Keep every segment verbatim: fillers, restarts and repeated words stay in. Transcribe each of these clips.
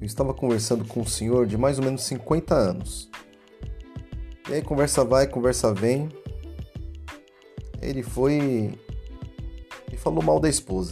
estava conversando com um senhor de mais ou menos cinquenta anos. E aí conversa vai, conversa vem. Ele foi e falou mal da esposa.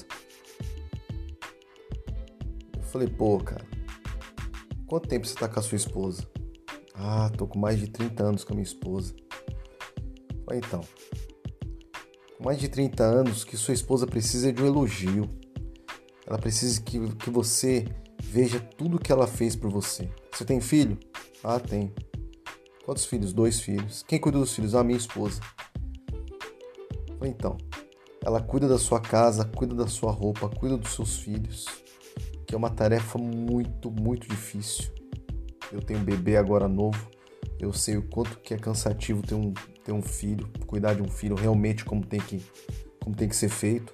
Eu falei, pô, cara, quanto tempo você tá com a sua esposa? Ah, tô com mais de trinta anos com a minha esposa. Eu falei, então, com mais de trinta anos, que sua esposa precisa de um elogio. Ela precisa que, que você veja tudo que ela fez por você. Você tem filho? Ah, tem. Quantos filhos? Dois filhos. Quem cuida dos filhos? Ah, minha esposa. Então, ela cuida da sua casa, cuida da sua roupa, cuida dos seus filhos, que é uma tarefa muito, muito difícil. Eu tenho um bebê agora novo, eu sei o quanto que é cansativo ter um, ter um filho, cuidar de um filho realmente como tem que, como tem que ser feito.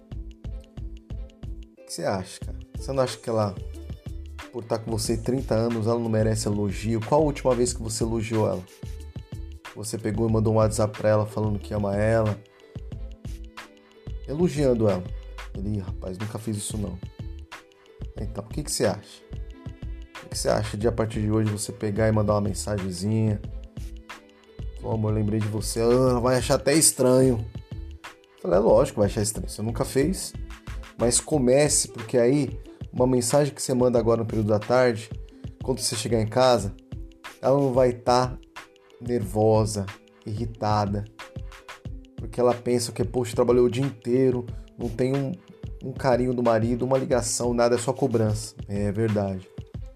O que você acha, cara? Você não acha que ela, por estar com você trinta anos, ela não merece elogio? Qual a última vez que você elogiou ela? Você pegou e mandou um WhatsApp pra ela falando que ama ela, elogiando ela. Ele, rapaz, nunca fiz isso não. Então, o que, que você acha? O que você acha de a partir de hoje você pegar e mandar uma mensagenzinha? Ô, amor, lembrei de você. Ah, vai achar até estranho. Eu falei, é lógico, vai achar estranho. Você nunca fez. Mas comece, porque aí, uma mensagem que você manda agora no período da tarde, quando você chegar em casa, ela não vai estar nervosa, irritada. Porque ela pensa que, poxa, trabalhou o dia inteiro, não tem um, um carinho do marido, uma ligação, nada, é só cobrança. É verdade.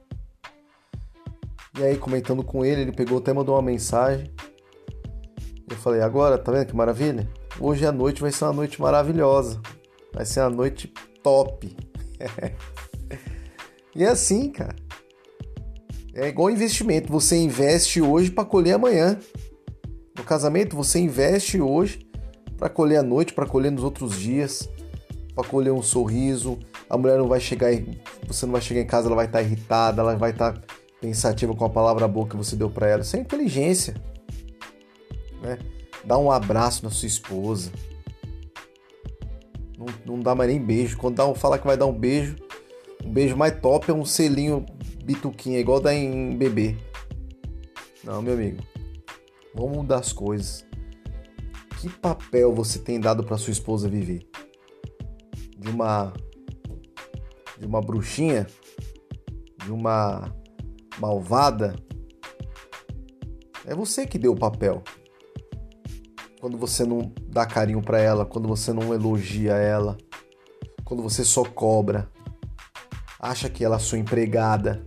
E aí, comentando com ele, ele pegou até mandou uma mensagem. Eu falei, agora, tá vendo que maravilha? Hoje à noite vai ser uma noite maravilhosa. Vai ser uma noite top. E é assim, cara. É igual investimento. Você investe hoje para colher amanhã. No casamento, você investe hoje para colher à noite, para colher nos outros dias, para colher um sorriso. A mulher não vai chegar, você não vai chegar em casa, ela vai estar irritada, ela vai estar pensativa com a palavra boa que você deu para ela. Isso é inteligência, né? Dá um abraço na sua esposa. Não, não dá mais nem beijo. Quando dá um, fala que vai dar um beijo, um beijo mais top é um selinho bituquinha, igual dá em bebê. Não, meu amigo. Vamos mudar as coisas. Que papel você tem dado para sua esposa viver? De uma de uma bruxinha? De uma malvada? É você que deu o papel. Quando você não dá carinho para ela, quando você não elogia ela, quando você só cobra, acha que ela é sua empregada.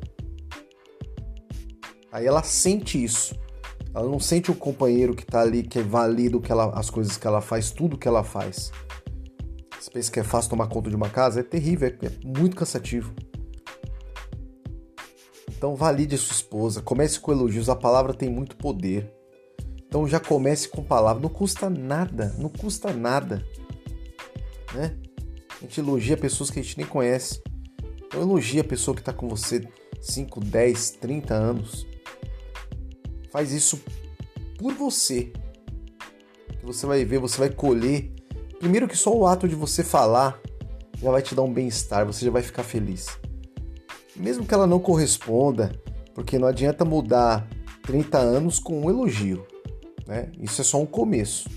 Aí ela sente isso. Ela não sente o companheiro que está ali, que é válido que ela, as coisas que ela faz, tudo que ela faz. Você pensa que é fácil tomar conta de uma casa? É terrível, é, é muito cansativo. Então valide a sua esposa, comece com elogios, a palavra tem muito poder. Então já comece com palavra, não custa nada, não custa nada. Né? A gente elogia pessoas que a gente nem conhece. Então elogia a pessoa que está com você cinco, dez, trinta anos. Faz isso por você. Que você vai ver, você vai colher. Primeiro que só o ato de você falar já vai te dar um bem-estar, você já vai ficar feliz. Mesmo que ela não corresponda, porque não adianta mudar trinta anos com um elogio. Né? Isso é só um começo.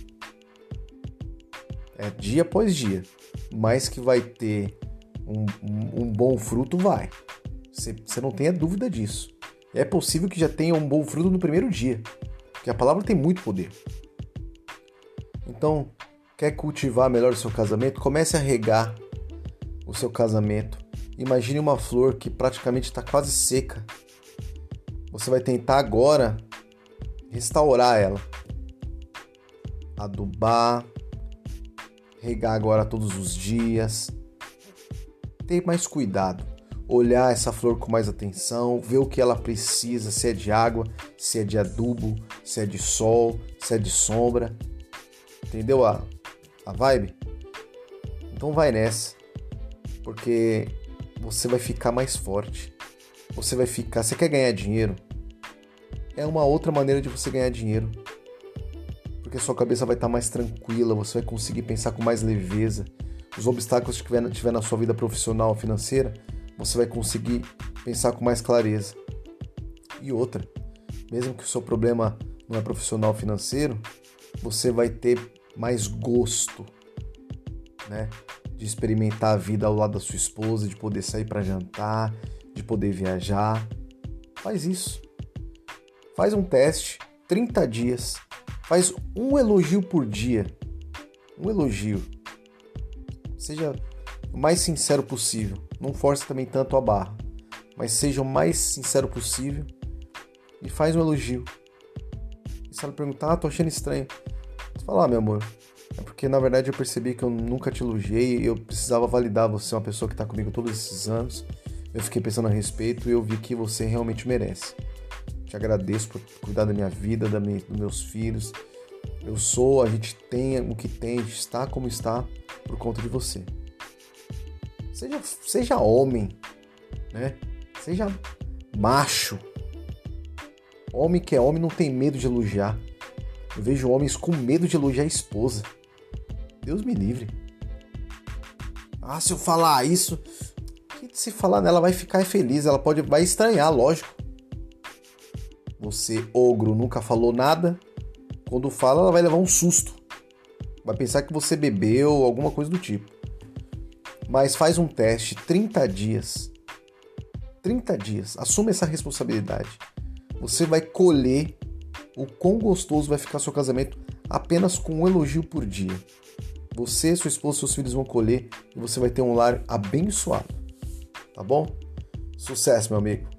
É dia após dia. Mas que vai ter um, um, um bom fruto, vai. Você, você não tenha dúvida disso. É possível que já tenha um bom fruto no primeiro dia, porque a palavra tem muito poder. Então, quer cultivar melhor o seu casamento? Comece a regar o seu casamento. Imagine uma flor que praticamente está quase seca. Você vai tentar agora restaurar ela. Adubar, regar agora todos os dias. Ter mais cuidado. Olhar essa flor com mais atenção, ver o que ela precisa, se é de água, se é de adubo, se é de sol, se é de sombra. Entendeu a, a vibe? Então vai nessa, porque você vai ficar mais forte. Você vai ficar... Você quer ganhar dinheiro? É uma outra maneira de você ganhar dinheiro. Porque sua cabeça vai estar mais tranquila, você vai conseguir pensar com mais leveza. Os obstáculos que tiver, tiver na sua vida profissional, financeira, você vai conseguir pensar com mais clareza. E outra, mesmo que o seu problema não é profissional financeiro, você vai ter mais gosto, né, de experimentar a vida ao lado da sua esposa, de poder sair para jantar, de poder viajar. Faz isso. Faz um teste, trinta dias. Faz um elogio por dia. Um elogio. Seja o mais sincero possível. Não force também tanto a barra. Mas seja o mais sincero possível e faz um elogio. E se ela perguntar, ah, tô achando estranho. Você fala, ah, meu amor, é porque na verdade eu percebi que eu nunca te elogiei e eu precisava validar você, uma pessoa que tá comigo todos esses anos. Eu fiquei pensando a respeito e eu vi que você realmente merece. Te agradeço por cuidar da minha vida, da minha, dos meus filhos. Eu sou, a gente tem o que tem, a gente está como está por conta de você. Seja, seja homem, né? Seja macho. Homem que é homem não tem medo de elogiar. Eu vejo homens com medo de elogiar a esposa. Deus me livre. Ah, se eu falar isso, se falar nela vai ficar feliz, ela pode, vai estranhar, lógico. Você, ogro, nunca falou nada. Quando fala, ela vai levar um susto. Vai pensar que você bebeu, alguma coisa do tipo. Mas faz um teste, trinta dias. trinta dias. Assuma essa responsabilidade. Você vai colher o quão gostoso vai ficar seu casamento apenas com um elogio por dia. Você, sua esposa e seus filhos vão colher e você vai ter um lar abençoado. Tá bom? Sucesso, meu amigo.